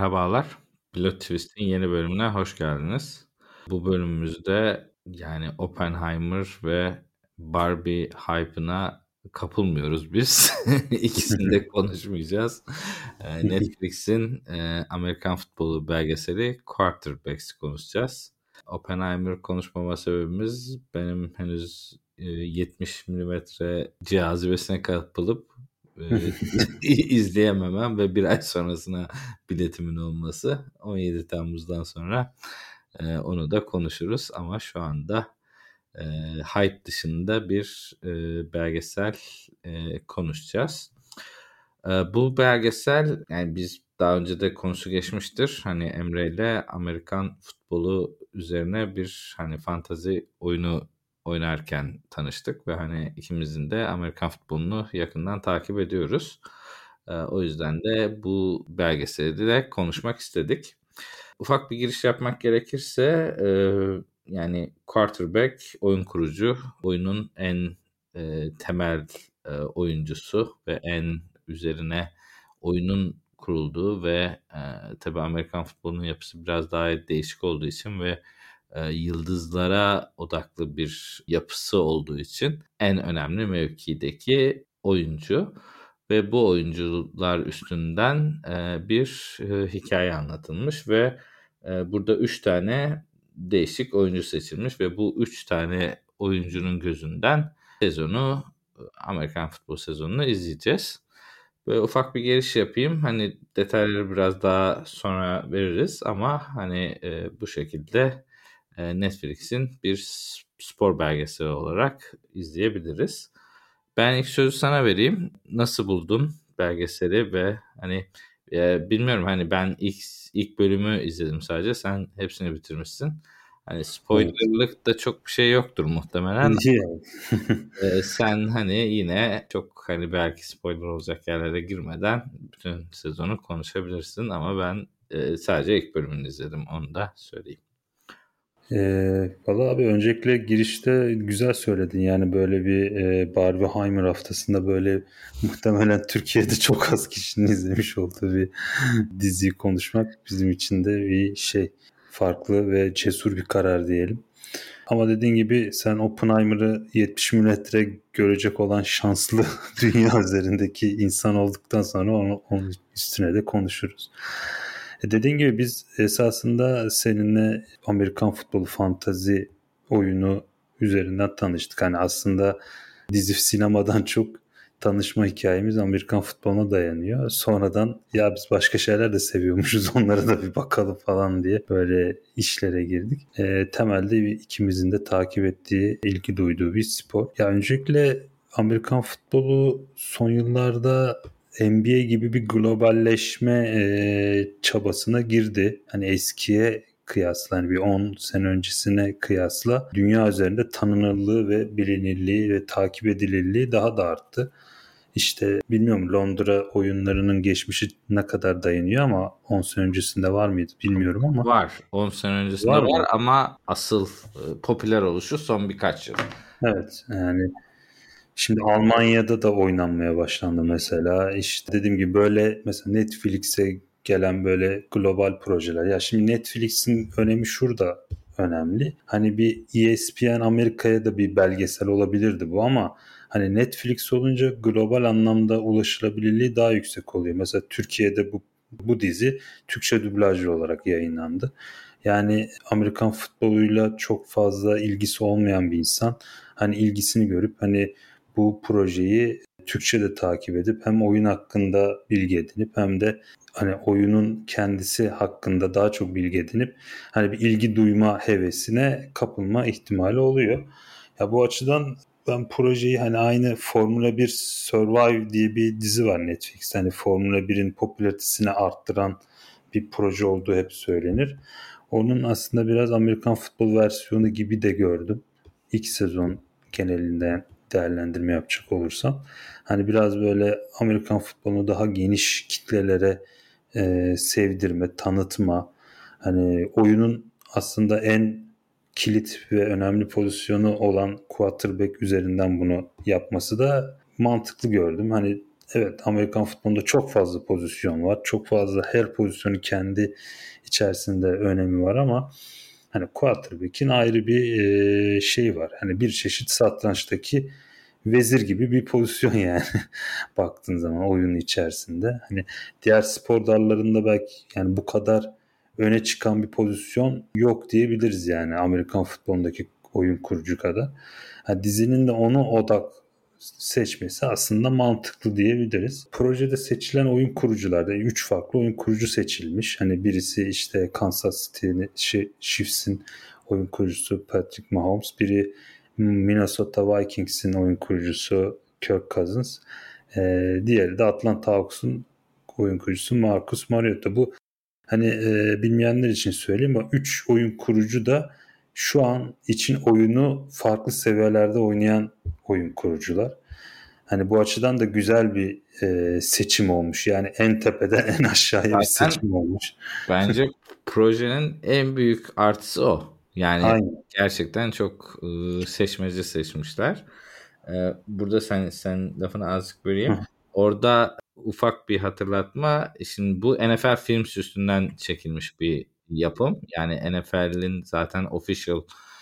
Merhabalar. Pilot Twist'in yeni bölümüne hoş geldiniz. Bu bölümümüzde yani Oppenheimer ve Barbie hype'ına kapılmıyoruz biz. İkisini de konuşmayacağız. Netflix'in Amerikan futbolu belgeseli Quarterbacks konuşacağız. Oppenheimer konuşmama sebebimiz benim henüz 70 milimetre cazibesine kapılıp izleyememem ve bir ay sonrasına biletimin olması. 17 Temmuz'dan sonra onu da konuşuruz ama şu anda hype dışında bir belgesel konuşacağız. Bu belgesel, yani biz daha önce de konusu geçmiştir. Hani Emre ile Amerikan futbolu üzerine bir hani fantazi oyunu oynarken tanıştık ve hani ikimizin de Amerikan futbolunu yakından takip ediyoruz. O yüzden de bu belgeseli de konuşmak istedik. Ufak bir giriş yapmak gerekirse yani quarterback oyun kurucu, oyunun en temel oyuncusu ve en üzerine oyunun kurulduğu ve tabii Amerikan futbolunun yapısı biraz daha değişik olduğu için ve yıldızlara odaklı bir yapısı olduğu için en önemli mevkideki oyuncu ve bu oyuncular üstünden bir hikaye anlatılmış ve burada 3 tane değişik oyuncu seçilmiş ve bu 3 tane oyuncunun gözünden Amerikan futbol sezonunu izleyeceğiz. Böyle ufak bir giriş yapayım. Hani detayları biraz daha sonra veririz ama hani bu şekilde Netflix'in bir spor belgeseli olarak izleyebiliriz. Ben ilk sözü sana vereyim. Nasıl buldun belgeseli ve hani bilmiyorum, hani ben ilk bölümü izledim sadece. Sen hepsini bitirmişsin. Hani Evet. spoilerlık da çok bir şey yoktur muhtemelen. Sen hani yine çok hani belki spoiler olacak yerlere girmeden bütün sezonu konuşabilirsin ama ben sadece ilk bölümünü izledim, onu da söyleyeyim. Valla abi öncelikle girişte güzel söyledin. Yani böyle bir Barbenheimer haftasında böyle muhtemelen Türkiye'de çok az kişinin izlemiş olduğu bir diziyi konuşmak bizim için de bir farklı ve cesur bir karar diyelim. Ama dediğin gibi sen Oppenheimer'ı 70 milimetre görecek olan şanslı dünya üzerindeki insan olduktan sonra onun üstüne de konuşuruz. Dediğin gibi biz esasında seninle Amerikan futbolu fantazi oyunu üzerinden tanıştık. Hani aslında dizi sinemadan çok tanışma hikayemiz Amerikan futboluna dayanıyor. Sonradan ya biz başka şeyler de seviyormuşuz, onlara da bir bakalım falan diye böyle işlere girdik. Temelde ikimizin de takip ettiği, ilgi duyduğu bir spor. Ya öncelikle Amerikan futbolu son yıllarda NBA gibi bir globalleşme çabasına girdi. Hani eskiye kıyasla, hani bir 10 sene öncesine kıyasla dünya üzerinde tanınırlığı ve bilinirliği ve takip edilirliği daha da arttı. İşte bilmiyorum Londra oyunlarının geçmişi ne kadar dayanıyor ama 10 sene öncesinde var mıydı bilmiyorum ama. Var. 10 sene öncesinde Var var mı? ama asıl popüler oluşu son birkaç yıl. Evet, yani şimdi Almanya'da da oynanmaya başlandı mesela. İşte dediğim gibi böyle mesela Netflix'e gelen böyle global projeler. Ya şimdi Netflix'in önemi şurada önemli. Hani bir ESPN Amerika'ya da bir belgesel olabilirdi bu ama hani Netflix olunca global anlamda ulaşılabilirliği daha yüksek oluyor. Mesela Türkiye'de bu dizi Türkçe dublajlı olarak yayınlandı. Yani Amerikan futboluyla çok fazla ilgisi olmayan bir insan hani ilgisini görüp hani bu projeyi Türkçe'de takip edip hem oyun hakkında bilgi edinip hem de hani oyunun kendisi hakkında daha çok bilgi edinip hani bir ilgi duyma hevesine kapılma ihtimali oluyor. Ya bu açıdan ben projeyi hani aynı Formula 1 Survive diye bir dizi var Netflix'te. Hani Formula 1'in popülaritesini arttıran bir proje olduğu hep söylenir. Onun aslında biraz Amerikan futbol versiyonu gibi de gördüm. İlk sezon genelinde değerlendirme yapacak olursam. Hani biraz böyle Amerikan futbolunu daha geniş kitlelere sevdirme, tanıtma. Hani oyunun aslında en kilit ve önemli pozisyonu olan quarterback üzerinden bunu yapması da mantıklı gördüm. Hani Evet, Amerikan futbolunda çok fazla pozisyon var. Çok fazla, her pozisyonu kendi içerisinde önemi var ama hani quarterback'in ayrı bir şey var. Hani bir çeşit satrançtaki vezir gibi bir pozisyon yani baktığın zaman oyunun içerisinde. Hani diğer spor dallarında belki yani bu kadar öne çıkan bir pozisyon yok diyebiliriz yani Amerikan futbolundaki oyun kurucu kadar. Ha, dizinin de onu odak seçmesi aslında mantıklı diyebiliriz. Projede seçilen oyun kurucularda 3 farklı oyun kurucu seçilmiş. Hani birisi işte Kansas City Chiefs'in oyun kurucusu Patrick Mahomes, biri Minnesota Vikings'in oyun kurucusu Kirk Cousins, diğeri de Atlanta Hawks'un oyun kurucusu Marcus Mariota. Bu hani bilmeyenler için söyleyeyim ama 3 oyun kurucu da şu an için oyunu farklı seviyelerde oynayan oyun kurucular. Hani bu açıdan da güzel bir seçim olmuş. Yani en tepeden en aşağıya bir Zaten seçim olmuş. bence projenin en büyük artısı o. Yani Aynen. gerçekten çok seçmece seçmişler. Burada sen lafını azıcık böleyim. Hı. Orada ufak bir hatırlatma. Şimdi bu NFL Films üstünden çekilmiş bir yapım. Yani NFL'in zaten official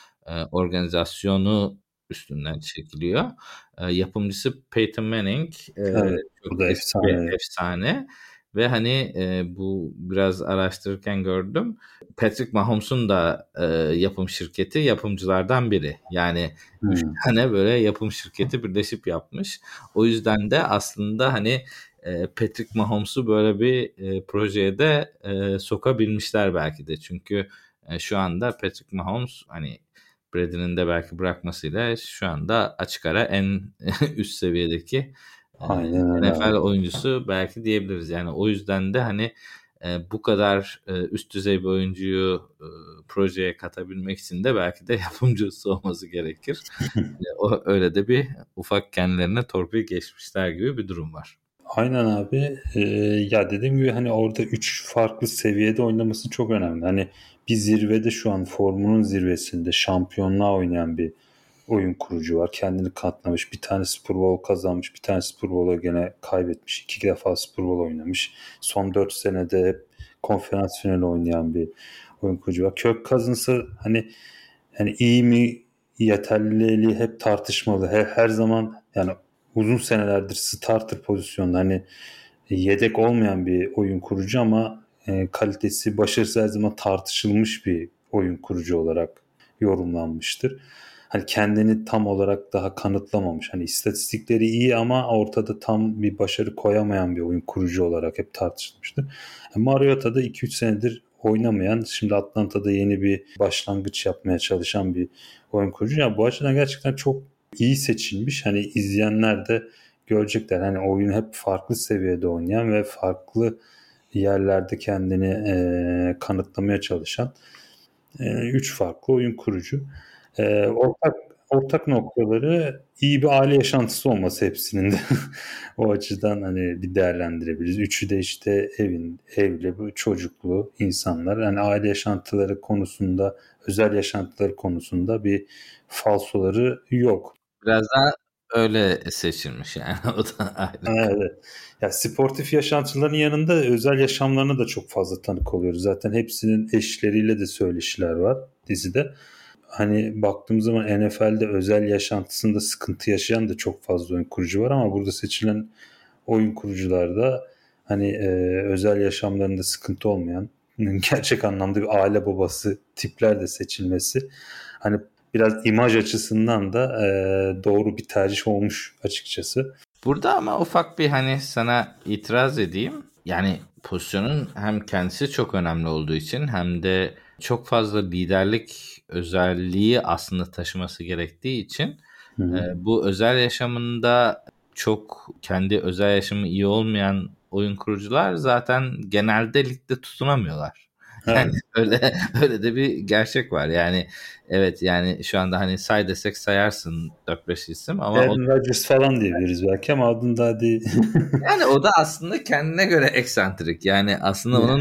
organizasyonu üstünden çekiliyor. Yapımcısı Peyton Manning. Evet, bu Çok da eski bir efsane. efsane. Ve hani bu biraz araştırırken gördüm. Patrick Mahomes'un da yapım şirketi yapımcılardan biri. Yani 3 Hmm. tane böyle yapım şirketi birleşip yapmış. O yüzden de aslında hani Patrick Mahomes'u böyle bir projeye de sokabilmişler belki de. Çünkü şu anda Patrick Mahomes hani Brady'nin de belki bırakmasıyla şu anda açık ara en üst seviyedeki Aynen öyle NFL abi. oyuncusu belki diyebiliriz. Yani o yüzden de hani bu kadar üst düzey bir oyuncuyu projeye katabilmek için de belki de yapımcısı olması gerekir. O öyle de bir ufak kendilerine torpil geçmişler gibi bir durum var. Aynen abi. Ya dediğim gibi hani orada 3 farklı seviyede oynaması çok önemli. Hani bir zirvede, şu an formunun zirvesinde şampiyonluğa oynayan bir oyun kurucu var. Kendini katlamış. Bir tane Super Bowl kazanmış. Bir tane Super Bowl'a gene kaybetmiş. 2 defa Super Bowl oynamış. Son 4 senede hep konferans finali oynayan bir oyun kurucu var. Kirk Cousins'ı hani iyi mi, yeterliliği hep tartışmalı. Her zaman yani uzun senelerdir starter pozisyonda, hani yedek olmayan bir oyun kurucu ama kalitesi, başarısı her zaman tartışılmış bir oyun kurucu olarak yorumlanmıştır. Hani kendini tam olarak daha kanıtlamamış. Hani istatistikleri iyi ama ortada tam bir başarı koyamayan bir oyun kurucu olarak hep tartışılmıştır. Mariota da 2-3 senedir oynamayan, şimdi Atlanta'da yeni bir başlangıç yapmaya çalışan bir oyun kurucu. Yani bu açıdan gerçekten çok iyi seçilmiş. Hani izleyenler de görecekler. Hani oyunu hep farklı seviyede oynayan ve farklı yerlerde kendini kanıtlamaya çalışan 3 farklı oyun kurucu. Ortak noktaları iyi bir aile yaşantısı olması hepsinin de. O açıdan hani bir değerlendirebiliriz. Üçü de işte evli, bu çocuklu insanlar. Yani aile yaşantıları konusunda, özel yaşantıları konusunda bir falsoları yok. Biraz daha öyle seçilmiş yani o da ayrı. Evet. Ya sportif yaşantıların yanında özel yaşamlarına da çok fazla tanık oluyoruz. Zaten hepsinin eşleriyle de söyleşiler var dizide. Hani baktığımız zaman NFL'de özel yaşantısında sıkıntı yaşayan da çok fazla oyun kurucu var ama burada seçilen oyun kurucularda hani özel yaşamlarında sıkıntı olmayan, gerçek anlamda bir aile babası tipler de seçilmesi hani biraz imaj açısından da doğru bir tercih olmuş açıkçası. Burada ama ufak bir hani sana itiraz edeyim. Yani pozisyonun hem kendisi çok önemli olduğu için hem de çok fazla liderlik özelliği aslında taşıması gerektiği için Hı hı. bu özel yaşamında çok kendi özel yaşamı iyi olmayan oyun kurucular zaten genelde ligde tutunamıyorlar. Yani Evet. öyle de bir gerçek var. Yani evet yani şu anda hani say desek sayarsın 4-5 isim ama o Aaron Rodgers falan diyebiliriz belki ama adında hadi. yani o da aslında kendine göre eksantrik. Yani aslında onun da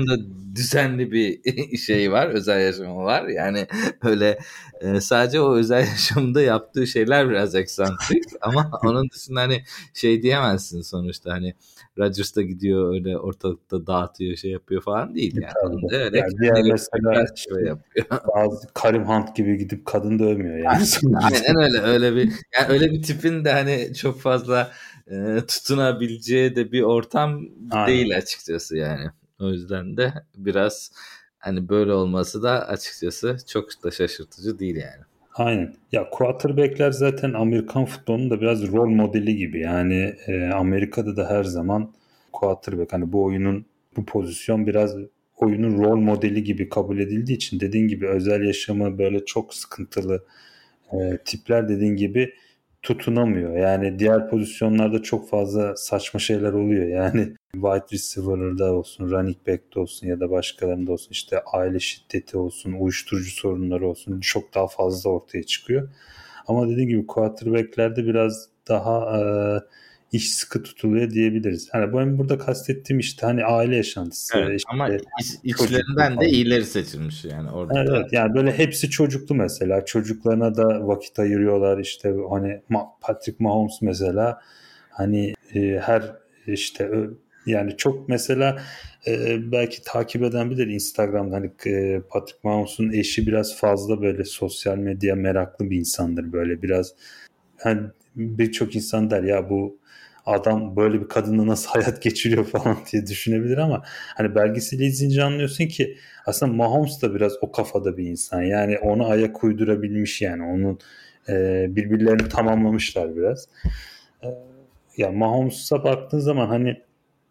düzenli bir şey var, özel yaşamı var. Yani öyle sadece o özel yaşamında yaptığı şeyler biraz eksantrik ama onun dışında hani şey diyemezsin sonuçta, hani Rodgers da gidiyor öyle ortalıkta dağıtıyor, şey yapıyor falan değil yani. Tabii. Onun da öyle Yani diğer kendi mesela işte gösteriyor yapıyor. bazı Karim Hunt gibi gidip kadın dövmüyor yani sonuçta. Aynen öyle. Öyle bir, yani öyle bir tipin de hani çok fazla tutunabileceği de bir ortam Aynen. değil açıkçası yani. O yüzden de biraz hani böyle olması da açıkçası çok da şaşırtıcı değil yani. Aynen. Ya quarterback'ler zaten Amerikan futbolunun da biraz rol modeli gibi. Yani Amerika'da da her zaman quarterback hani bu oyunun bu pozisyon biraz oyunun rol modeli gibi kabul edildiği için dediğin gibi özel yaşamı böyle çok sıkıntılı tipler dediğin gibi tutunamıyor. Yani diğer pozisyonlarda çok fazla saçma şeyler oluyor. Yani wide receiver'da olsun, running back'te olsun ya da başkalarında olsun işte aile şiddeti olsun, uyuşturucu sorunları olsun çok daha fazla ortaya çıkıyor. Ama dediğim gibi quarterback'lerde biraz daha iş sıkı tutuluyor diyebiliriz. Hani benim burada kastettiğim işte hani aile yaşantısı, Evet ama işte çocuklu içlerinden de falan. iyileri seçilmiş yani orada Evet, da. evet. Yani böyle hepsi çocuklu mesela. Çocuklarına da vakit ayırıyorlar. İşte hani Patrick Mahomes mesela hani her işte yani çok mesela belki takip eden bilir Instagram'da hani Patrick Mahomes'un eşi biraz fazla böyle sosyal medya meraklı bir insandır. Böyle biraz hani birçok insan der ya bu adam böyle bir kadınla nasıl hayat geçiriyor falan diye düşünebilir ama hani belgeseli izleyince anlıyorsun ki aslında Mahomes da biraz o kafada bir insan. Yani onu ayak uydurabilmiş yani onun birbirlerini tamamlamışlar biraz. E, Ya Mahomes'a baktığın zaman hani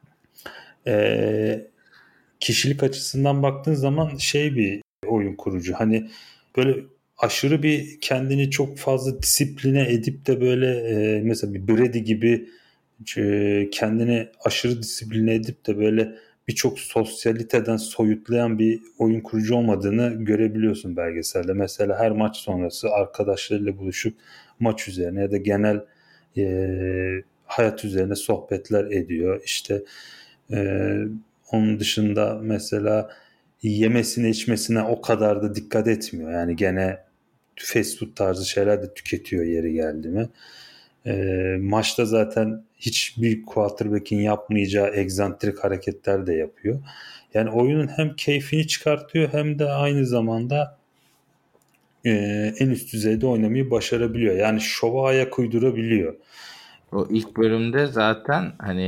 e, kişilik açısından baktığın zaman şey bir oyun kurucu. Hani böyle aşırı bir kendini çok fazla disipline edip de böyle mesela bir Brady gibi kendini aşırı disipline edip de böyle birçok sosyaliteden soyutlayan bir oyun kurucu olmadığını görebiliyorsun belgeselde. Mesela her maç sonrası arkadaşlarıyla buluşup maç üzerine ya da genel hayat üzerine sohbetler ediyor. İşte e, onun dışında mesela yemesine içmesine o kadar da dikkat etmiyor. Yani gene fast food tarzı şeyler de tüketiyor yeri geldi mi. Maçta zaten hiçbir quarterback'in yapmayacağı egzantrik hareketler de yapıyor. Yani oyunun hem keyfini çıkartıyor hem de aynı zamanda e, en üst düzeyde oynamayı başarabiliyor. Yani şova ayak uydurabiliyor. O ilk bölümde zaten hani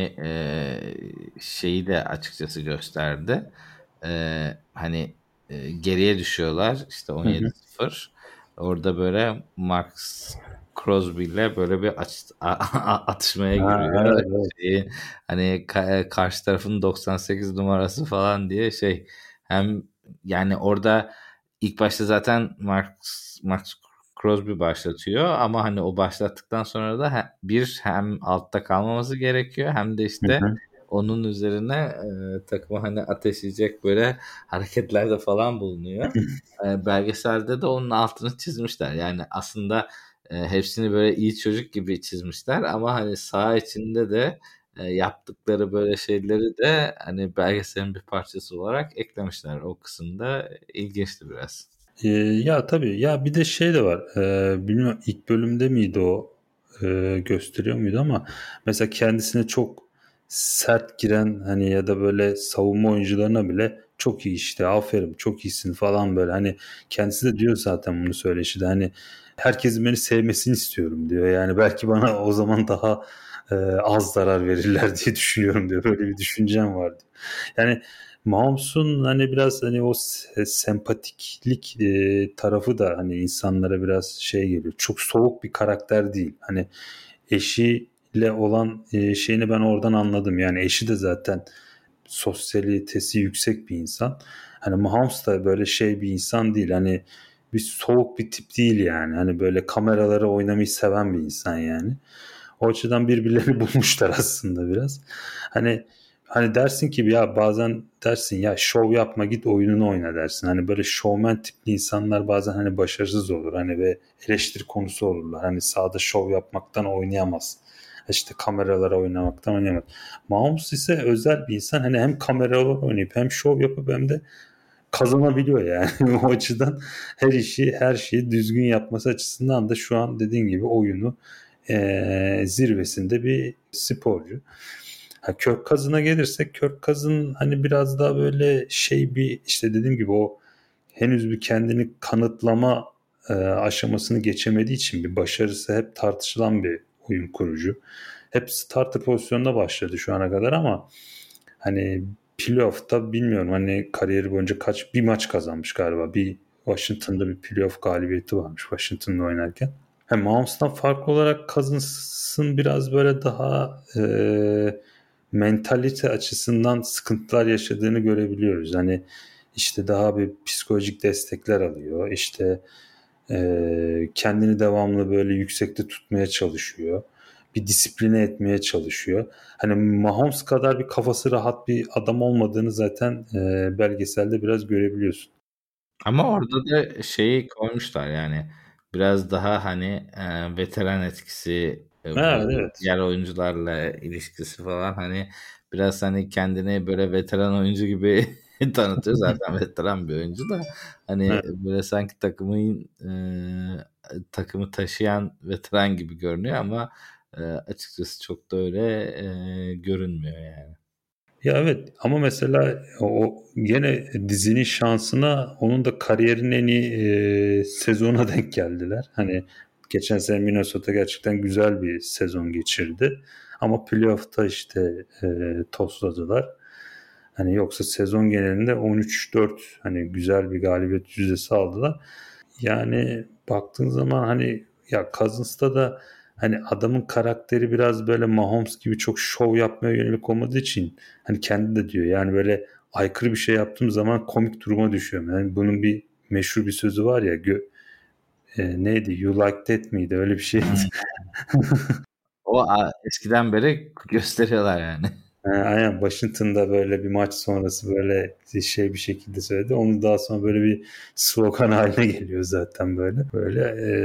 şeyi de açıkçası gösterdi. Hani geriye düşüyorlar işte Hı hı. 17-0. Orada böyle Max Crosby ile böyle bir atışmaya Ha, giriyor. evet, evet. Şeyi, hani karşı tarafın 98 numarası falan diye şey, hem yani orada ilk başta zaten Max Crosby başlatıyor ama hani o başlattıktan sonra da bir hem altta kalmaması gerekiyor hem de Hı işte hı. onun üzerine takımı hani ateşleyecek böyle hareketlerde falan bulunuyor. Belgeselde de onun altını çizmişler. Yani aslında hepsini böyle iyi çocuk gibi çizmişler ama hani saha içinde de yaptıkları böyle şeyleri de hani belgeselin bir parçası olarak eklemişler. O kısımda ilginçti biraz. Ya tabii ya bir de şey de var. Bilmiyorum ilk bölümde miydi o gösteriyor muydu ama mesela kendisine çok sert giren hani ya da böyle savunma oyuncularına bile çok iyi işte aferin çok iyisin falan böyle hani kendisi de diyor zaten bunu söyleşide hani herkesin beni sevmesini istiyorum diyor yani belki bana o zaman daha az zarar verirler diye düşünüyorum diyor böyle bir düşüncem var diyor. Yani Mahomes'un hani biraz hani o sempatiklik tarafı da hani insanlara biraz şey geliyor. Çok soğuk bir karakter değil. Hani eşiyle olan şeyini ben oradan anladım. Yani eşi de zaten sosyalitesi yüksek bir insan. Hani Mahomes da böyle şey bir insan değil. Hani bir soğuk bir tip değil yani. Hani böyle kameralara oynamayı seven bir insan yani. O açıdan birbirlerini bulmuşlar aslında biraz. Hani dersin ki ya bazen dersin ya şov yapma git oyununu oyna dersin. Hani böyle şovmen tipli insanlar bazen hani başarısız olur. Hani ve eleştiri konusu olurlar. Hani sahada şov yapmaktan oynayamaz işte kameralara oynamaktan oynayamaz. Mahomes ise özel bir insan. Hani hem kameralar oynayıp hem şov yapıp hem de kazanabiliyor yani. O açıdan her şeyi düzgün yapması açısından da şu an dediğin gibi oyunu zirvesinde bir sporcu. Kirk Cousins'a gelirsek, Kirk Cousins hani biraz daha böyle bir işte dediğim gibi o henüz bir kendini kanıtlama aşamasını geçemediği için bir başarısı hep tartışılan bir oyun kurucu. Hep starter pozisyonunda başladı şu ana kadar ama hani playoff'ta bilmiyorum hani kariyeri boyunca bir maç kazanmış galiba. Bir Washington'da bir playoff galibiyeti varmış Washington'da oynarken. Mahomes'tan farklı olarak Cousins'ın biraz böyle daha mentalite açısından sıkıntılar yaşadığını görebiliyoruz. Hani işte daha bir psikolojik destekler alıyor. İşte kendini devamlı böyle yüksekte tutmaya çalışıyor. Bir disipline etmeye çalışıyor. Hani Mahomes kadar bir kafası rahat bir adam olmadığını zaten belgeselde biraz görebiliyorsun. Ama orada da şeyi koymuşlar yani biraz daha hani veteran etkisi, Evet, bu evet. diğer oyuncularla ilişkisi falan hani biraz hani kendini böyle veteran oyuncu gibi tanıtıyor. Zaten veteran bir oyuncu da hani Evet. böyle sanki takımı taşıyan veteran gibi görünüyor ama açıkçası çok da öyle görünmüyor yani. Ya evet ama mesela o gene dizinin şansına onun da kariyerinin en iyi sezona denk geldiler. Hani geçen sene Minnesota gerçekten güzel bir sezon geçirdi. Ama playoff'ta işte tosladılar. Hani yoksa sezon genelinde 13-4 hani güzel bir galibiyet yüzdesi aldılar. Yani baktığın zaman hani ya Cousins'ta da hani adamın karakteri biraz böyle Mahomes gibi çok şov yapmaya yönelik olmadığı için hani kendi de diyor yani böyle aykırı bir şey yaptığım zaman komik duruma düşüyorum. Yani bunun bir meşhur bir sözü var ya neydi? You like that miydi? Öyle bir şeydi. Hmm. O eskiden beri gösteriyorlar yani. Aynen Washington'da böyle bir maç sonrası böyle bir şekilde söyledi. Onu daha sonra böyle bir slogan haline geliyor zaten böyle. Böyle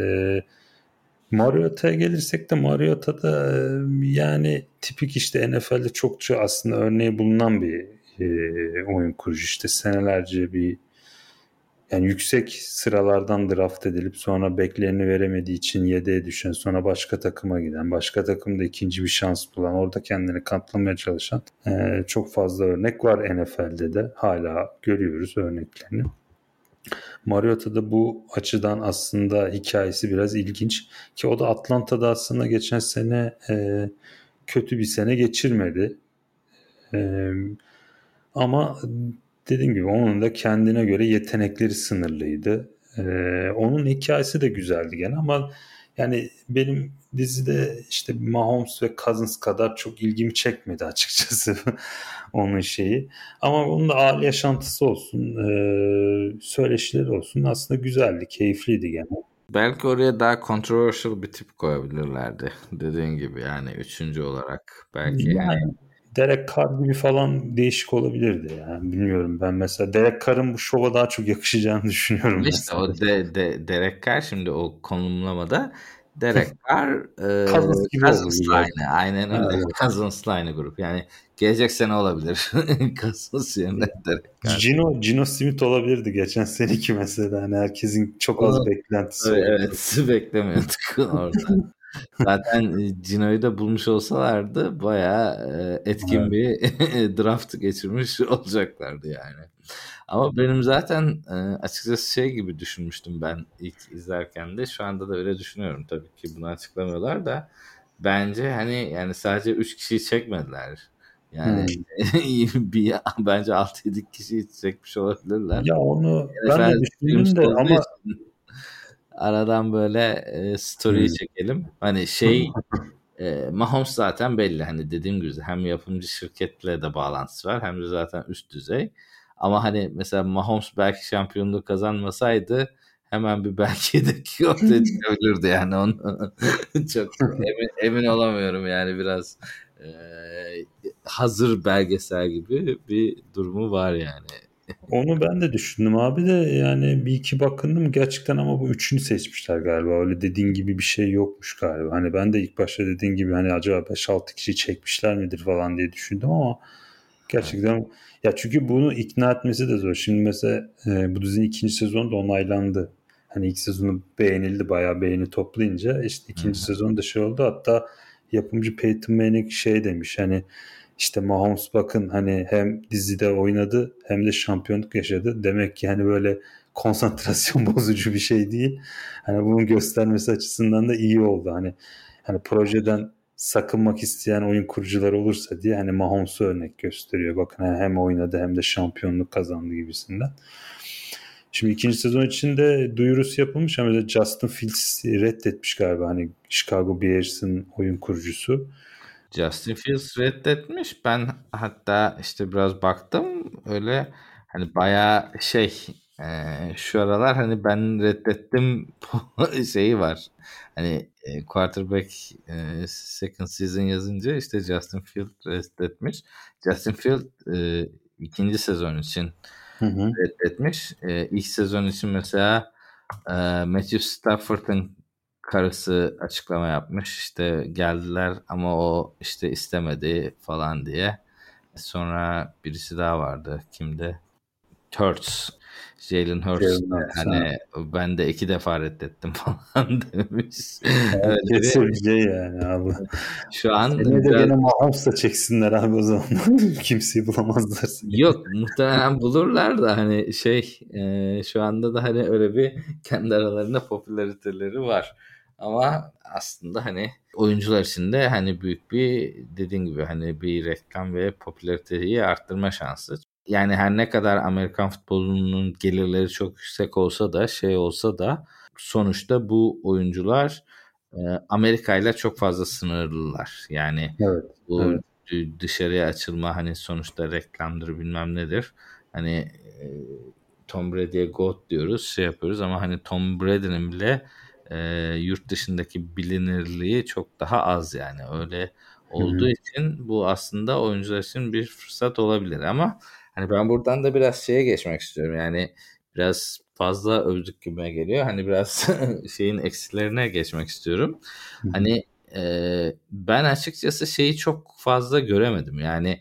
Mariota'ya gelirsek de Mariota da yani tipik işte NFL'de çokça aslında örneği bulunan bir oyun kurucu. İşte senelerce bir yani yüksek sıralardan draft edilip sonra beklerini veremediği için yedeğe düşen, sonra başka takıma giden, başka takımda ikinci bir şans bulan, orada kendini kanıtlamaya çalışan çok fazla örnek var NFL'de de. Hala görüyoruz örneklerini. Mariota'da bu açıdan aslında hikayesi biraz ilginç. Ki o da Atlanta'da aslında geçen sene kötü bir sene geçirmedi. E, Ama dediğim gibi onun da kendine göre yetenekleri sınırlıydı. Onun hikayesi de güzeldi gene ama yani benim dizide işte Mahomes ve Cousins kadar çok ilgimi çekmedi açıkçası onun şeyi. Ama onun da aile yaşantısı olsun, söyleşileri olsun aslında güzeldi, keyifliydi gene. Belki oraya daha controversial bir tip koyabilirlerdi. Dediğin gibi yani üçüncü olarak belki. Yani Derek Carr gibi falan değişik olabilirdi yani bilmiyorum ben mesela Derek Carr'ın bu şova daha çok yakışacağını düşünüyorum Ama işte mesela. o Derek Carr şimdi o konumlamada Derek Carr Cousins gibi oldu Cousins'la biraz. aynı. Aynen Ha, öyle. evet. Cousins'la aynı grup. Yani gelecek sene olabilir. Cousins yerine Derek Carr. Gino Smith olabilirdi geçen seneki mesela. Hani herkesin çok az Onu beklentisi tabii oldu. evet beklemiyorduk orada. Zaten Gino'yu da bulmuş olsalardı bayağı etkin Evet. bir draft geçirmiş olacaklardı yani. Ama benim zaten açıkçası şey gibi düşünmüştüm ben ilk izlerken de. Şu anda da öyle düşünüyorum tabii ki bunu açıklamıyorlar da. Bence hani yani sadece 3 kişiyi çekmediler. Yani Hmm. bence 6-7 kişiyi çekmiş olabilirler. Ya onu ben de NFL films düşündüm de olduğu ama için aradan böyle story'yi hmm. çekelim. Hani Mahomes zaten belli. Hani dediğim gibi hem yapımcı şirketle de bağlantısı var hem de zaten üst düzey. Ama hani mesela Mahomes belki şampiyonluğu kazanmasaydı hemen bir belki de ortaya çıkabilirdi yani onu çok emin olamıyorum yani biraz hazır belgesel gibi bir durumu var yani Onu ben de düşündüm abi de yani bir iki bakındım gerçekten ama bu üçünü seçmişler galiba. Öyle dediğin gibi bir şey yokmuş galiba. Hani ben de ilk başta dediğin gibi hani acaba 5-6 kişi çekmişler midir falan diye düşündüm ama Evet. gerçekten ya çünkü bunu ikna etmesi de zor. Şimdi mesela bu dizinin ikinci sezonu da onaylandı. Hani ilk sezonu beğenildi, bayağı beğeni toplayınca işte Hı ikinci hı. sezonu da şey oldu. Hatta yapımcı Peyton Manning şey demiş hani işte Mahomes bakın hani hem dizide oynadı hem de şampiyonluk yaşadı. Demek ki hani böyle konsantrasyon bozucu bir şey değil. Hani bunun göstermesi açısından da iyi oldu. Hani projeden sakınmak isteyen oyun kurucuları olursa diye hani Mahomes'u örnek gösteriyor. Bakın hem oynadı hem de şampiyonluk kazandı gibisinden. Şimdi ikinci sezon için de duyurusu yapılmış ama mesela Justin Fields reddetmiş galiba hani Chicago Bears'ın oyun kurucusu. Justin Fields reddetmiş. Ben hatta işte biraz baktım öyle hani bayağı şu aralar hani ben reddettim şeyi var. Hani quarterback second season yazınca işte Justin Fields reddetmiş. Justin Fields ikinci sezon için Hı hı. reddetmiş. İlk sezon için mesela Matthew Stafford'ın karısı açıklama yapmış. İşte geldiler ama o işte istemedi falan diye. Sonra birisi daha vardı. Kimdi? Hurts. Jalen Hurts Jalen Hurts, ha. hani ben de 2 defa reddettim falan demiş. Öyle bir Herkese bir şey yani abi. şu an Seneye de biraz gene Mahomes'la çeksinler abi o zaman. Kimseyi bulamazlar seneye. yok muhtemelen bulurlar da hani şu anda da hani öyle bir kendi aralarında popülariteleri var. Ama aslında hani oyuncular için de hani büyük bir dediğin gibi hani bir reklam ve popülariteyi arttırma şansı. Yani her ne kadar Amerikan futbolunun gelirleri çok yüksek olsa da olsa da sonuçta bu oyuncular Amerika ile çok fazla sınırlılar. Yani Evet, bu evet. dışarıya açılma hani sonuçta reklamdır bilmem nedir. Hani Tom Brady'ye GOAT diyoruz yapıyoruz ama hani Tom Brady'nin bile yurt dışındaki bilinirliği çok daha az yani öyle Hı olduğu hı. için bu aslında oyuncular için bir fırsat olabilir ama hani ben buradan da biraz geçmek istiyorum yani biraz fazla övdük gibime geliyor hani biraz şeyin eksilerine geçmek istiyorum Hı hı. hani ben açıkçası çok fazla göremedim. Yani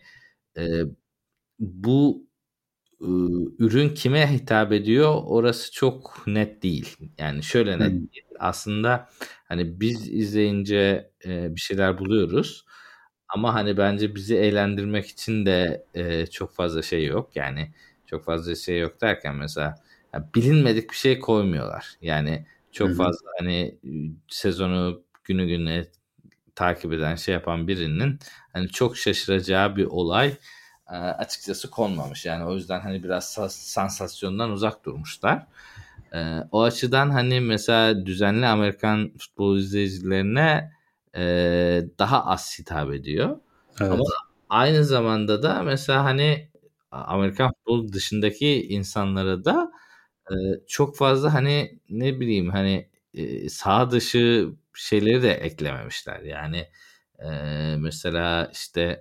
bu ürün kime hitap ediyor orası çok net değil. Yani şöyle Hı net değil. Aslında hani biz izleyince bir şeyler buluyoruz. Ama hani bence bizi eğlendirmek için de çok fazla yok. Yani çok fazla yok derken mesela ya bilinmedik bir şey koymuyorlar. Yani hı. çok fazla hani sezonu günü güne takip eden yapan birinin hani çok şaşıracağı bir olay açıkçası konmamış. Yani o yüzden hani biraz sansasyondan uzak durmuşlar. O açıdan hani mesela düzenli Amerikan futbol izleyicilerine daha az hitap ediyor. Ama Evet. aynı zamanda da mesela hani Amerikan futbolu dışındaki insanlara da çok fazla hani ne bileyim hani sağ dışı şeyleri de eklememişler. Yani mesela işte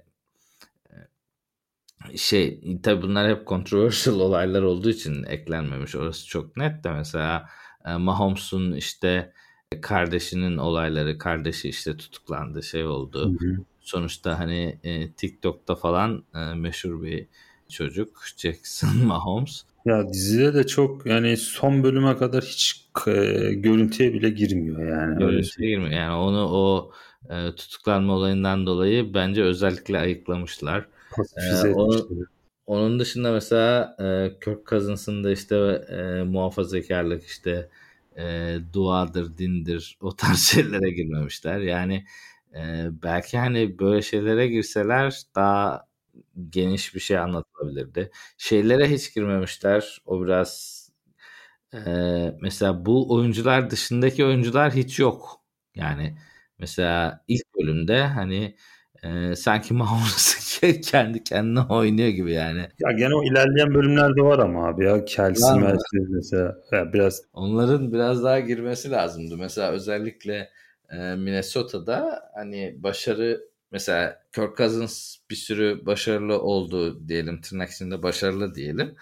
tabii bunlar hep controversial olaylar olduğu için eklenmemiş. Orası çok net de mesela Mahomes'un işte kardeşinin olayları, kardeşi işte tutuklandı, Hı oldu. hı. Sonuçta hani TikTok'ta falan meşhur bir çocuk Jackson Mahomes. Ya dizide de çok yani son bölüme kadar hiç görüntüye bile girmiyor yani öyle Görüntüye söyleyeyim. girmiyor. Yani onu o tutuklanma olayından dolayı bence özellikle ayıklamışlar. Pasifize Onun, etmişler. onun dışında mesela Kirk Cousins'ın da işte muhafazakarlık işte duadır, dindir o tarz şeylere girmemişler. Yani belki hani böyle şeylere girseler daha geniş bir şey anlatılabilirdi. Şeylere hiç girmemişler. O biraz mesela bu oyuncular dışındaki oyuncular hiç yok. Yani mesela ilk bölümde hani sanki Mahomes kendi kendine oynuyor gibi yani. Ya gene o ilerleyen bölümlerde var ama abi ya Kelsey Var mı? Mercy mesela ya biraz Onların biraz daha girmesi lazımdı. Mesela özellikle Minnesota'da hani başarı mesela Kirk Cousins bir sürü başarılı oldu diyelim tırnak içinde başarılı diyelim.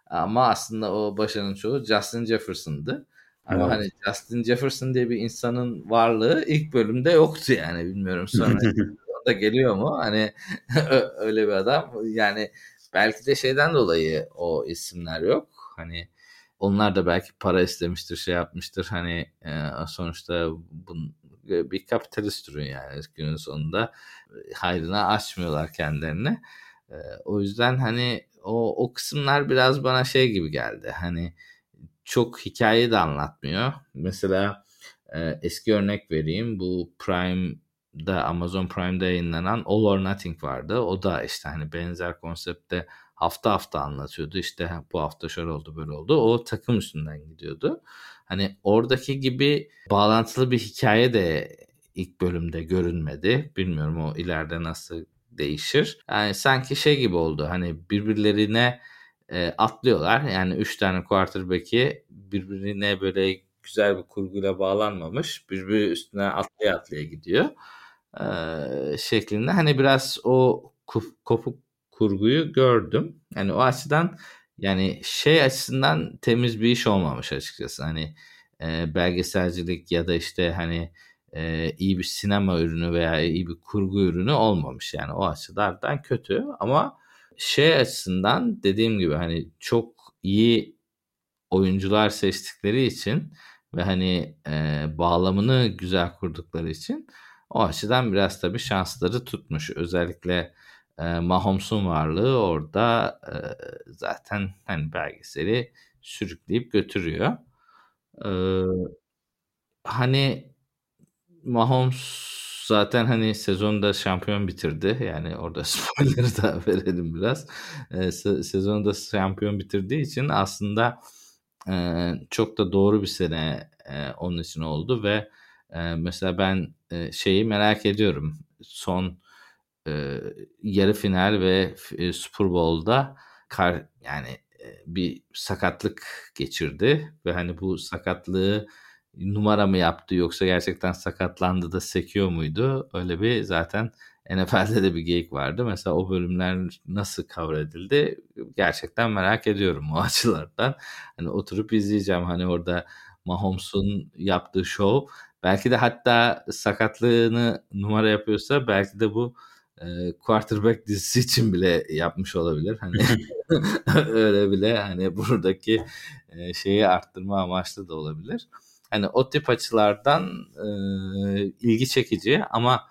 Ama aslında o başarının çoğu Justin Jefferson'dı. Ama Evet. hani Justin Jefferson diye bir insanın varlığı ilk bölümde yoktu yani. Bilmiyorum sonra da geliyor mu? Hani öyle bir adam. Yani belki de şeyden dolayı o isimler yok. Hani onlar da belki para istemiştir, şey yapmıştır. Hani sonuçta bir kapitalist ürün yani günün sonunda hayrına açmıyorlar kendilerini. O yüzden hani o kısımlar biraz bana şey gibi geldi. Hani çok hikaye de anlatmıyor. Mesela eski örnek vereyim. Bu Prime'da, Amazon Prime'da yayınlanan All or Nothing vardı. O da işte hani benzer konsepte hafta hafta anlatıyordu. İşte bu hafta şöyle oldu, böyle oldu. O takım üstünden gidiyordu. Hani oradaki gibi bağlantılı bir hikaye de ilk bölümde görünmedi. Bilmiyorum o ileride nasıl değişir. Yani sanki şey gibi oldu. Hani birbirlerine atlıyorlar. Yani 3 tane quarterback'i birbirine böyle güzel bir kurguyla bağlanmamış. Birbiri üstüne atlaya atlaya gidiyor. Şeklinde. Hani biraz o kopuk kurguyu gördüm. Yani o açıdan yani şey açısından temiz bir iş olmamış açıkçası. Hani belgeselcilik ya da işte hani iyi bir sinema ürünü veya iyi bir kurgu ürünü olmamış. Yani o açılardan kötü ama şey açısından dediğim gibi hani çok iyi oyuncular seçtikleri için ve hani bağlamını güzel kurdukları için o açıdan biraz tabii şansları tutmuş. Özellikle Mahomes'un varlığı orada zaten hani belgeseli sürükleyip götürüyor. E, Hani Mahomes zaten hani sezonda şampiyon bitirdi. Yani orada spoiler'ı da verelim biraz. Sezonda şampiyon bitirdiği için aslında çok da doğru bir sene onun için oldu ve mesela ben şeyi merak ediyorum. Son e, yarı final ve Super Bowl'da yani bir sakatlık geçirdi ve hani bu sakatlığı numara mı yaptı yoksa gerçekten sakatlandı da sekiyor muydu? Öyle bir zaten NFL'de de bir geyik vardı. Mesela o bölümler nasıl cover edildi? Gerçekten merak ediyorum o açılardan. Hani oturup izleyeceğim. Hani orada Mahomes'un yaptığı show. Belki de hatta sakatlığını numara yapıyorsa belki de bu quarterback dizisi için bile yapmış olabilir. Hani öyle bile hani buradaki şeyi arttırma amaçlı da olabilir. Hani o tip açılardan ilgi çekici ama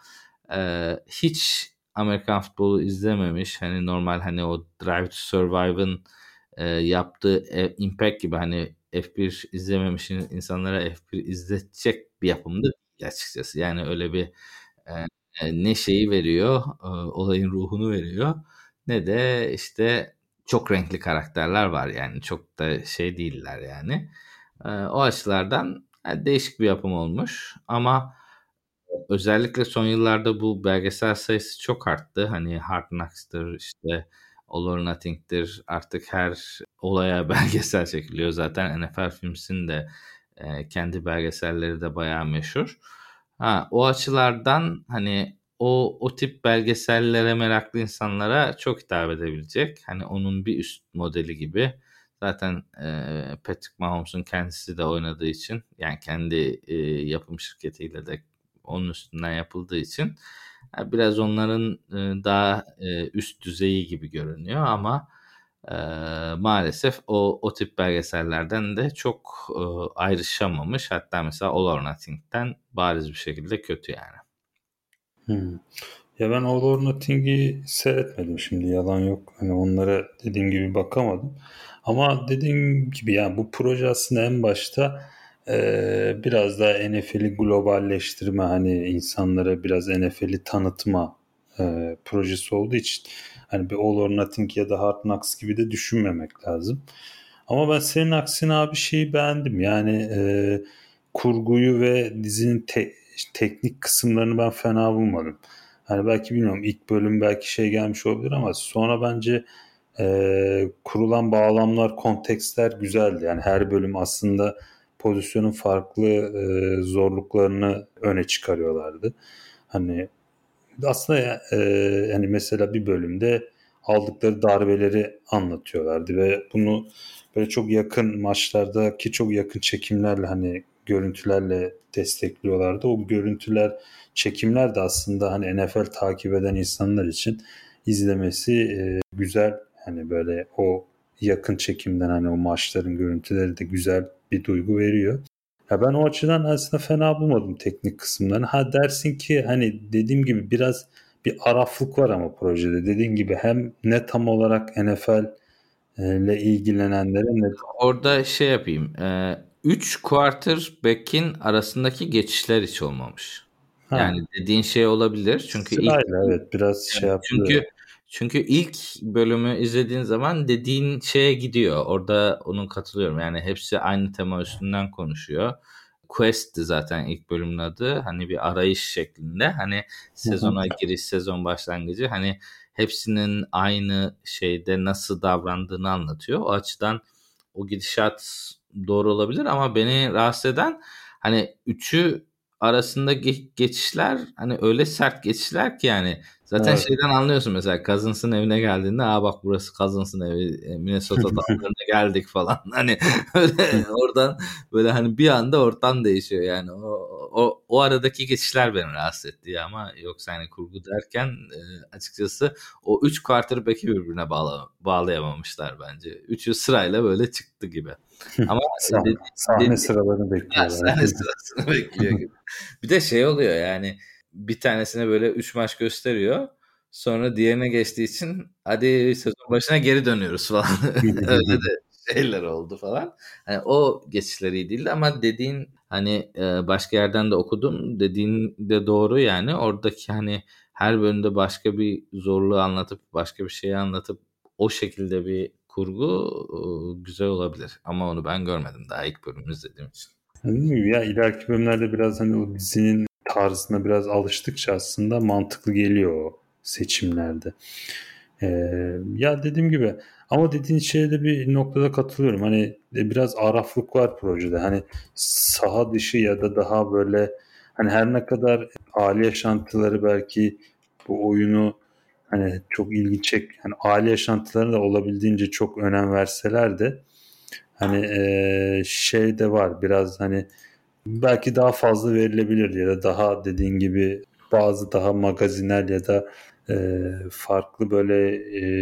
hiç Amerikan futbolu izlememiş. Hani normal hani o Drive to Survive'ın yaptığı Impact gibi hani F1 izlememiş insanlara F1 izletecek bir yapımda değil açıkçası. Yani öyle bir ne şeyi veriyor, olayın ruhunu veriyor ne de işte çok renkli karakterler var yani çok da şey değiller yani. O açılardan değişik bir yapım olmuş ama özellikle son yıllarda bu belgesel sayısı çok arttı. Hani Hard Knocks'tır, işte All or Nothing'tir. Artık her olaya belgesel çekiliyor. Zaten NFL Films'in de kendi belgeselleri de bayağı meşhur. Ha, o açılardan hani o tip belgesellere meraklı insanlara çok hitap edebilecek. Hani onun bir üst modeli gibi. Zaten Patrick Mahomes'un kendisi de oynadığı için yani kendi yapım şirketiyle de onun üstünden yapıldığı için biraz onların daha üst düzeyi gibi görünüyor ama maalesef o tip belgesellerden de çok ayrışamamış. Hatta mesela All or Nothing'den bariz bir şekilde kötü yani. Hmm. Ya ben All or Nothing'i seyretmedim şimdi, yalan yok. Hani onlara dediğim gibi bakamadım. Ama dediğim gibi yani bu proje aslında en başta biraz daha NFL'i globalleştirme, hani insanlara biraz NFL'i tanıtma projesi olduğu için hani bir All or Nothing ya da Hard Knocks gibi de düşünmemek lazım. Ama ben senin aksine abi şeyi beğendim. Yani kurguyu ve dizinin teknik kısımlarını ben fena bulmadım. Hani belki bilmiyorum, ilk bölüm belki şey gelmiş olabilir ama sonra bence kurulan bağlamlar, kontekstler güzeldi. Yani her bölüm aslında pozisyonun farklı zorluklarını öne çıkarıyorlardı. Hani aslında yani mesela bir bölümde aldıkları darbeleri anlatıyorlardı ve bunu böyle çok yakın maçlardaki çok yakın çekimlerle hani görüntülerle destekliyorlardı. O görüntüler, çekimler de aslında hani NFL takip eden insanlar için izlemesi güzel. Hani böyle o yakın çekimden hani o maçların görüntüleri de güzel bir duygu veriyor. Ya ben o açıdan aslında fena bulmadım teknik kısımlarını. Ha dersin ki hani dediğim gibi biraz bir araflık var ama projede. Dediğim gibi hem ne tam olarak NFL ile ilgilenenlere ne... Orada şey yapayım. 3 quarterback'in arasındaki geçişler hiç olmamış. Ha, Yani dediğin şey olabilir. sırayla evet biraz şey yapılıyor. Çünkü ilk bölümü izlediğin zaman dediğin şeye gidiyor. Orada onun katılıyorum. Yani hepsi aynı tema üstünden konuşuyor. Quest'ti zaten ilk bölümün adı. Hani bir arayış şeklinde. Hani Hı hı. sezona giriş, sezon başlangıcı. Hani hepsinin aynı şeyde nasıl davrandığını anlatıyor. O açıdan o gidişat doğru olabilir ama beni rahatsız eden hani üçü arasında geçişler hani öyle sert geçişler ki yani zaten Evet. şeyden anlıyorsun mesela Cousins'ın evine geldiğinde bak burası Cousins'ın evi Minnesota dağlarına geldik falan hani öyle oradan böyle hani bir anda ortam değişiyor yani o aradaki geçişler beni rahatsız etti ya ama yoksa hani kurgu derken açıkçası o 3 quarterback'i birbirine bağlayamamışlar bence. Üçü sırayla böyle çıktı gibi. Ama Sahne sıralarını bekliyorlar. sahne sırasını bekliyor gibi. Bir de şey oluyor yani bir tanesine böyle 3 maç gösteriyor. Sonra diğerine geçtiği için hadi sezon başına geri dönüyoruz falan. Öyle de şeyler oldu falan. Hani o geçişleri iyi değildi ama dediğin hani başka yerden de okudum. Dediğin de doğru yani. Oradaki hani her bölümde başka bir zorluğu anlatıp başka bir şeyi anlatıp o şekilde bir kurgu güzel olabilir. Ama onu ben görmedim daha ilk bölümü izlediğim için. Değil mi? Ya ileriki bölümlerde biraz hani o dizinin tarzına biraz alıştıkça aslında mantıklı geliyor o seçimlerde. Ya dediğim gibi ama dediğin şeye de bir noktada katılıyorum. Hani biraz araflık var projede. Hani saha dışı ya da daha böyle hani her ne kadar aile yaşantıları belki bu oyunu hani çok ilgi çek hani aile yaşantılarına da olabildiğince çok önem verseler de hani şey de var biraz hani belki daha fazla verilebilir ya da daha dediğin gibi bazı daha magazinel ya da farklı böyle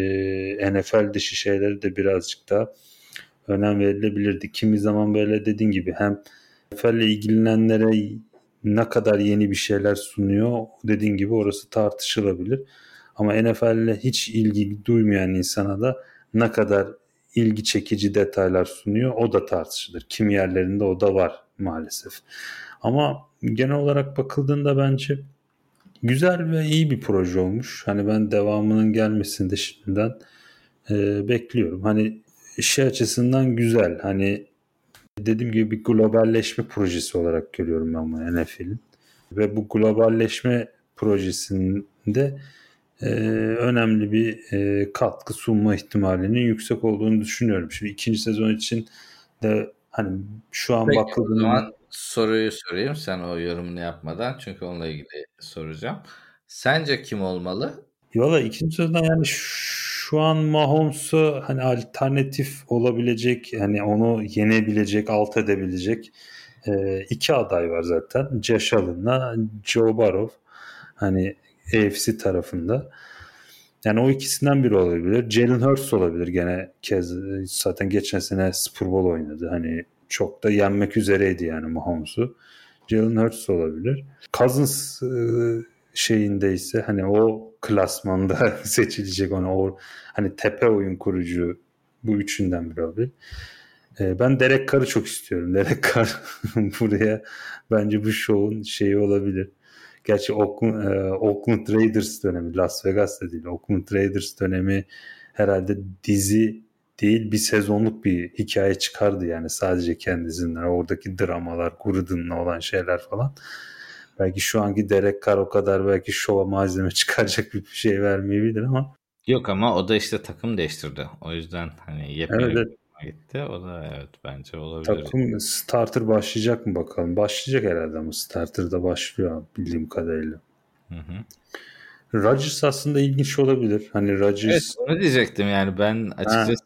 NFL dışı şeyleri de birazcık daha önem verilebilirdi. Kimi zaman böyle dediğin gibi hem NFL ile ilgilenenlere ne kadar yeni bir şeyler sunuyor dediğin gibi orası tartışılabilir. Ama NFL ile hiç ilgi duymayan insana da ne kadar ilgi çekici detaylar sunuyor o da tartışılır. Kimi yerlerinde o da var maalesef. Ama genel olarak bakıldığında bence güzel ve iyi bir proje olmuş. Hani ben devamının gelmesini de şimdiden bekliyorum. Hani şey açısından güzel. Hani dediğim gibi bir globalleşme projesi olarak görüyorum ben bunu NFL'in. Ve bu globalleşme projesinde önemli bir katkı sunma ihtimalinin yüksek olduğunu düşünüyorum. Şimdi ikinci sezon için de hani şu an Peki o bakıldığında zaman soruyu sorayım sen o yorumunu yapmadan çünkü onunla ilgili soracağım. Sence kim olmalı? valla ikinci sezonda yani şu an Mahomes'u hani alternatif olabilecek hani onu yenebilecek, alt edebilecek iki aday var zaten. Josh Allen'la Joe Burrow. Hani AFC tarafında. Yani o ikisinden biri olabilir. Jalen Hurts olabilir gene kez zaten geçen sene Super Bowl oynadı. Hani çok da yenmek üzereydi yani Mahomes'u. Jalen Hurts olabilir. Cousins şeyinde ise hani o klasmanda seçilecek ona o hani tepe oyun kurucu bu üçünden biri olabilir. Ben Derek Carr'ı çok istiyorum. Derek Carr buraya bence bu şovun şeyi olabilir. Gerçi Oakland Raiders dönemi, Las Vegas'ta değil, Oakland Raiders dönemi herhalde dizi değil bir sezonluk bir hikaye çıkardı yani sadece kendisinden. Oradaki dramalar, Gruden'la olan şeyler falan. Belki şu anki Derek Carr o kadar belki şova malzeme çıkaracak bir şey vermeyebilir ama Yok ama o da işte takım değiştirdi. O yüzden hani evet, yepyeni bir evet. takıma gitti. O da evet bence olabilir. Takım starter başlayacak mı bakalım? Başlayacak herhalde ama starter da başlıyor bildiğim kadarıyla. Hı hı. Rodgers aslında ilginç olabilir. Hani Evet, Rodgers onu diyecektim yani ben açıkçası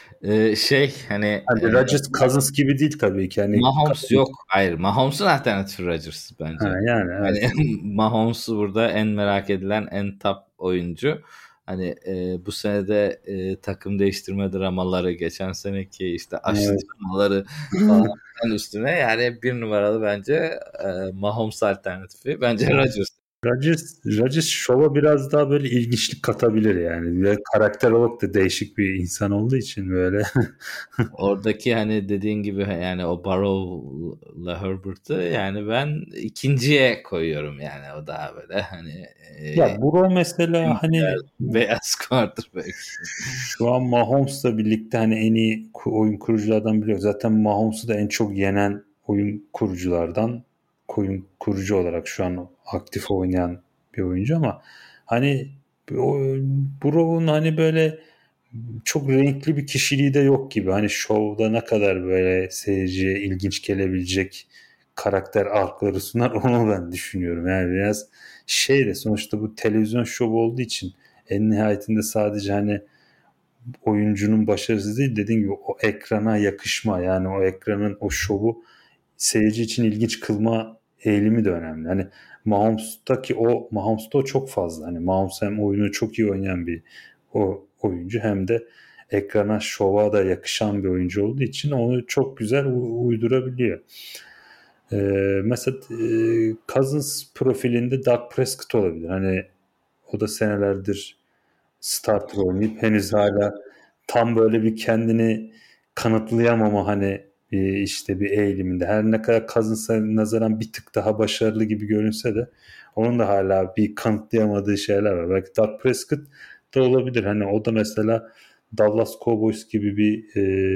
hani hani Rodgers Cousins gibi değil tabii ki. Hani Mahomes yok. Hayır, Mahomes'un alternatifi Rodgers bence. yani Yani evet. Mahomes burada en merak edilen en top oyuncu. Hani bu sene de takım değiştirme dramaları, geçen seneki işte aşı Evet. dramaları falan üstüne yani bir numaralı bence Mahomes alternatifi. Bence Rodgers. Rodgers şova biraz daha böyle ilginçlik katabilir yani. Ve karakter olarak da değişik bir insan olduğu için böyle. Oradaki hani dediğin gibi yani o Burrow'la Herbert'ı yani ben ikinciye koyuyorum yani o daha böyle hani Ya Burrow mesela beyaz, hani beyaz quarterback. şu an Mahomes'la birlikte hani en iyi oyun kuruculardan biri. Zaten Mahomes'u da en çok yenen oyun kuruculardan, oyun kurucu olarak şu an aktif oynayan bir oyuncu ama hani o, Burrow'un hani böyle çok renkli bir kişiliği de yok gibi. Hani şovda ne kadar böyle seyirciye ilginç gelebilecek karakter arkları sunar onu ben düşünüyorum. Yani biraz şey de sonuçta bu televizyon şovu olduğu için en nihayetinde sadece hani oyuncunun başarısı değil dediğim gibi o ekrana yakışma yani o ekranın o şovu seyirci için ilginç kılma eğilimi de önemli. Hani Mahomes'ta o çok fazla. Hani Mahomes hem oyunu çok iyi oynayan bir o oyuncu hem de ekrana şova da yakışan bir oyuncu olduğu için onu çok güzel uydurabiliyor. Mesela Cousins profilinde Dak Prescott olabilir. Hani o da senelerdir starter oynayıp henüz hala tam böyle bir kendini kanıtlayamama hani işte bir eğiliminde. Her ne kadar Cousins'a nazaran bir tık daha başarılı gibi görünse de onun da hala bir kanıtlayamadığı şeyler var. Belki Dak Prescott da olabilir. Hani o da mesela Dallas Cowboys gibi bir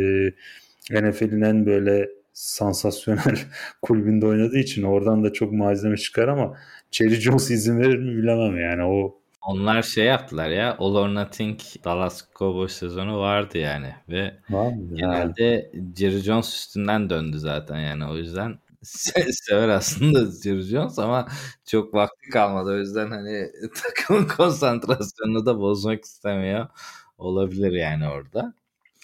NFL'in en böyle sansasyonel kulübünde oynadığı için oradan da çok malzeme çıkar ama Jerry Jones izin verir mi bilemem yani o Onlar şey yaptılar ya, All or Nothing Dallas Cowboys sezonu vardı yani ve var mı? Ha. genelde Jerry Jones üstünden döndü zaten yani o yüzden sever aslında Jerry Jones ama çok vakti kalmadı o yüzden hani takımın konsantrasyonunu da bozmak istemiyor olabilir yani orada.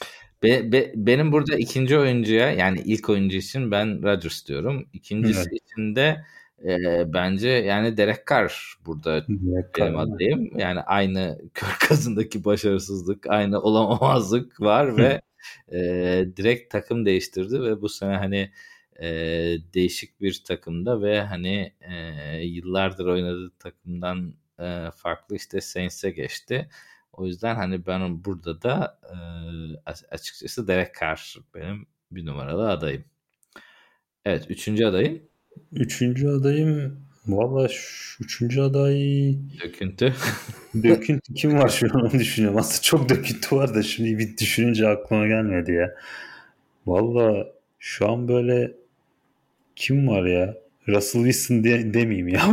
Benim burada ikinci oyuncuya yani ilk oyuncu için ben Rodgers diyorum. Evet. İkincisi için de bence yani Derek Carr burada Direkt benim karar. adayım. Yani aynı Kirk Cousins'daki başarısızlık, aynı olamamazlık var ve direkt takım değiştirdi ve bu sene hani değişik bir takımda ve hani yıllardır oynadığı takımdan farklı işte Saints'e geçti. O yüzden hani ben burada da açıkçası Derek Carr benim bir numaralı adayım. Evet, üçüncü adayım Üçüncü adayım valla üçüncü aday döküntü. döküntü kim var şu an onu düşünüyorum. Aslında çok döküntü var da şimdi bir düşününce aklıma gelmedi ya. Valla şu an böyle kim var ya? Russell Wilson demeyeyim ya.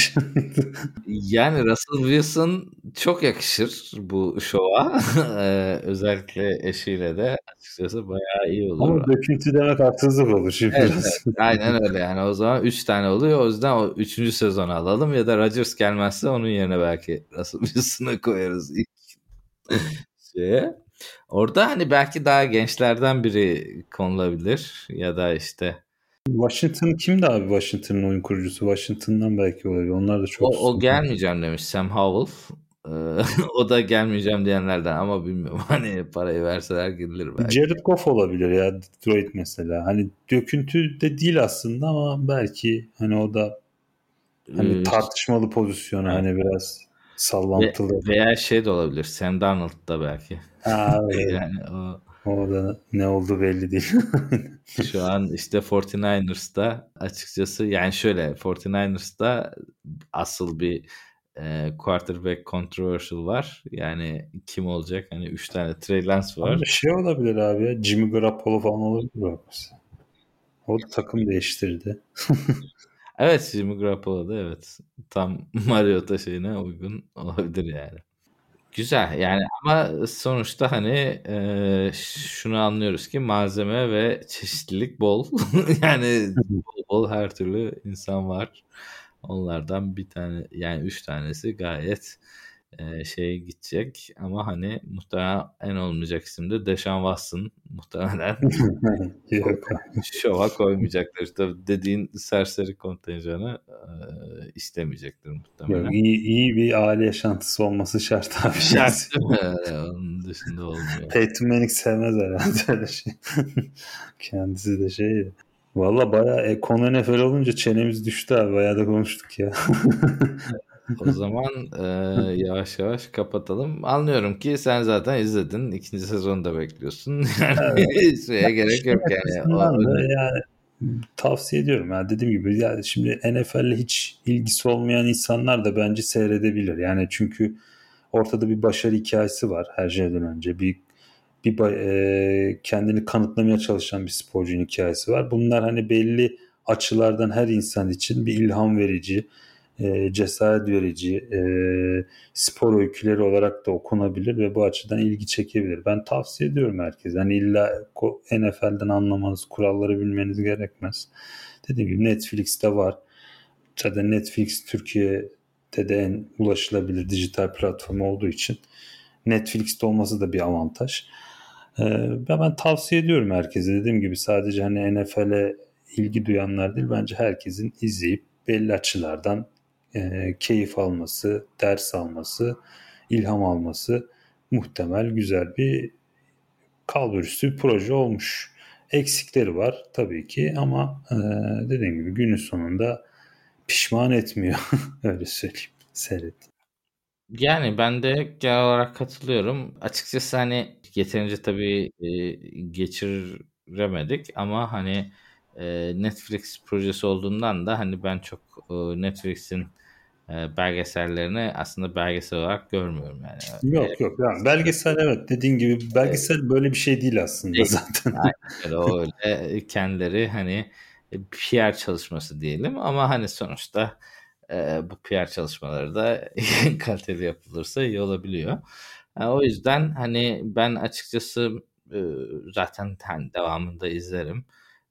Yani Russell Wilson çok yakışır bu şova. Özellikle eşiyle de açıkçası bayağı iyi olur. Ama döküntü demek haksızlık olur şimdi Evet, evet. biraz. Aynen öyle yani. O zaman 3 tane oluyor. O yüzden o 3. sezonu alalım ya da Rodgers gelmezse onun yerine belki Russell Wilson'ı koyarız ilk şeye. Orada hani belki daha gençlerden biri konulabilir ya da işte Washington kimdi abi Washington'ın oyun kurucusu? Washington'dan belki olabilir. Onlar da çok o gelmeyeceğim demiş Sam Howell. O da gelmeyeceğim diyenlerden ama bilmiyorum. Hani parayı verseler gidilir belki. Jared Goff olabilir ya Detroit mesela. Hani döküntü de değil aslında ama belki hani o da hani Ee, tartışmalı pozisyonu evet. hani biraz sallantılı. Veya şey de olabilir. Sam Darnold da belki. Ha, evet. Yani O da ne oldu belli değil. şu an işte 49ers'da açıkçası yani şöyle 49ers'da asıl bir quarterback controversial var. Yani kim olacak? Hani 3 tane Trey Lance var. Ama şey olabilir abi ya Jimmy Garoppolo falan olabilir bak mesela. O da takım değiştirdi. Evet, Jimmy Garoppolo da evet. Tam Mariota şeyine uygun olabilir yani. Güzel yani ama sonuçta hani şunu anlıyoruz ki malzeme ve çeşitlilik bol. Yani bol bol her türlü insan var Onlardan bir tane, yani 3 tanesi gayet şeye gidecek ama hani muhtemelen en olmayacak isim de Deshaun Watson muhtemelen Yok. şova koymayacaklar. İşte dediğin serseri kontenjanı istemeyecektir Yok, muhtemelen. iyi bir aile yaşantısı olması şart abi. Şart değil mi? Onun dışında olmuyor. Peyton Manning sevmez herhalde öyle şey. Kendisi de şey. Valla bayağı konu NFL olunca çenemiz düştü abi. Bayağı da konuştuk ya. O zaman yavaş yavaş kapatalım. Anlıyorum ki sen zaten izledin. İkinci sezonu da bekliyorsun. Evet. Yani şeye gerek Şey yok yani. açısından da yani tavsiye ediyorum. Yani dediğim gibi yani şimdi NFL'le hiç ilgisi olmayan insanlar da bence seyredebilir. Yani çünkü ortada bir başarı hikayesi var her şeyden önce. Kendini kanıtlamaya çalışan bir sporcunun hikayesi var. Bunlar hani belli açılardan her insan için bir ilham verici, cesaret verici, spor öyküleri olarak da okunabilir ve bu açıdan ilgi çekebilir. Ben tavsiye ediyorum herkese. Hani illa NFL'den anlamanız, kuralları bilmeniz gerekmez. Dediğim gibi Netflix'te var. Zaten Netflix Türkiye'de de en ulaşılabilir dijital platform olduğu için Netflix'te olması da bir avantaj. Ben tavsiye ediyorum herkese. Dediğim gibi sadece hani NFL'e ilgi duyanlar değil, bence herkesin izleyip belli açılardan keyif alması, ders alması, ilham alması muhtemel güzel bir kalburüstü bir proje olmuş. Eksikleri var tabii ki ama dediğim gibi günün sonunda pişman etmiyor. Öyle söyleyeyim. Seyret. Yani ben de genel olarak katılıyorum. Açıkçası hani yeterince tabii geçiremedik ama hani Netflix projesi olduğundan da hani ben çok Netflix'in belgesellerini aslında belgesel olarak görmüyorum yani. Yok yok. Yani belgesel, evet, dediğin gibi E, belgesel böyle bir şey değil aslında Değil. zaten. Aynen öyle. O öyle kendileri hani PR çalışması diyelim ama hani sonuçta bu PR çalışmaları da kaliteli yapılırsa iyi olabiliyor. O yüzden hani ben açıkçası e, zaten hani devamında izlerim.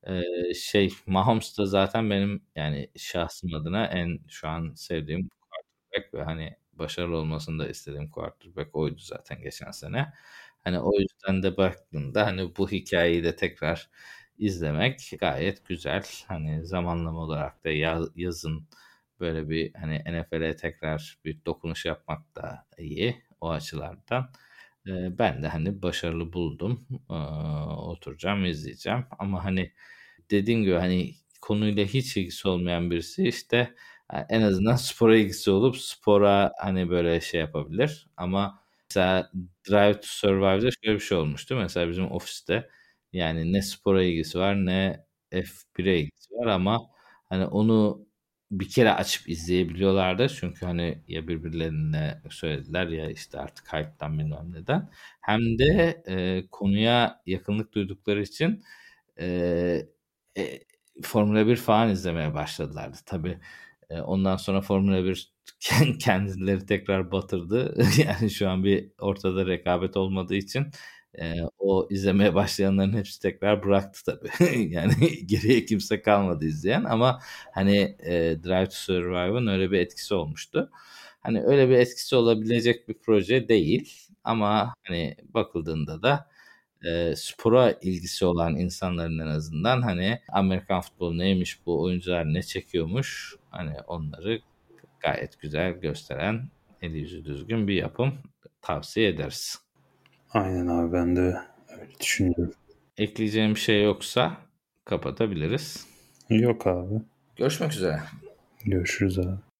Mahomes da zaten benim yani şahsım adına en şu an sevdiğim quarterback ve hani başarılı olmasını da istediğim quarterback oydu zaten geçen sene. Hani o yüzden de baktığında hani bu hikayeyi de tekrar izlemek gayet güzel. Hani zamanlama olarak da yazın böyle bir hani NFL'e tekrar bir dokunuş yapmak da iyi o açılardan. Ben de hani başarılı buldum. Oturacağım, izleyeceğim. Ama hani dediğim gibi hani konuyla hiç ilgisi olmayan birisi işte en azından spora ilgisi olup spora hani böyle şey yapabilir. Ama mesela Drive to Survive'da şöyle bir şey olmuştu. Mesela bizim ofiste yani ne spora ilgisi var ne F1'e ilgisi var ama hani onu bir kere açıp izleyebiliyorlardı. Çünkü hani ya birbirlerine söylediler ya işte artık hype'tan bilmem neden. Hem de konuya yakınlık duydukları için e, e, Formula 1 falan izlemeye başladılardı. Tabii ondan sonra Formula 1 kendileri tekrar batırdı. Yani şu an bir ortada rekabet olmadığı için o izlemeye başlayanların hepsi tekrar bıraktı tabii. Yani geriye kimse kalmadı izleyen ama hani Drive to Survive'ın öyle bir etkisi olmuştu. Hani öyle bir etkisi olabilecek bir proje değil ama hani bakıldığında da spora ilgisi olan insanların en azından hani Amerikan futbolu neymiş, bu oyuncular ne çekiyormuş, hani onları gayet güzel gösteren eli yüzü düzgün bir yapım tavsiye ederiz. Aynen abi, ben de öyle düşünüyorum. Ekleyeceğim bir şey yoksa kapatabiliriz. Yok abi. Görüşmek üzere. Görüşürüz abi.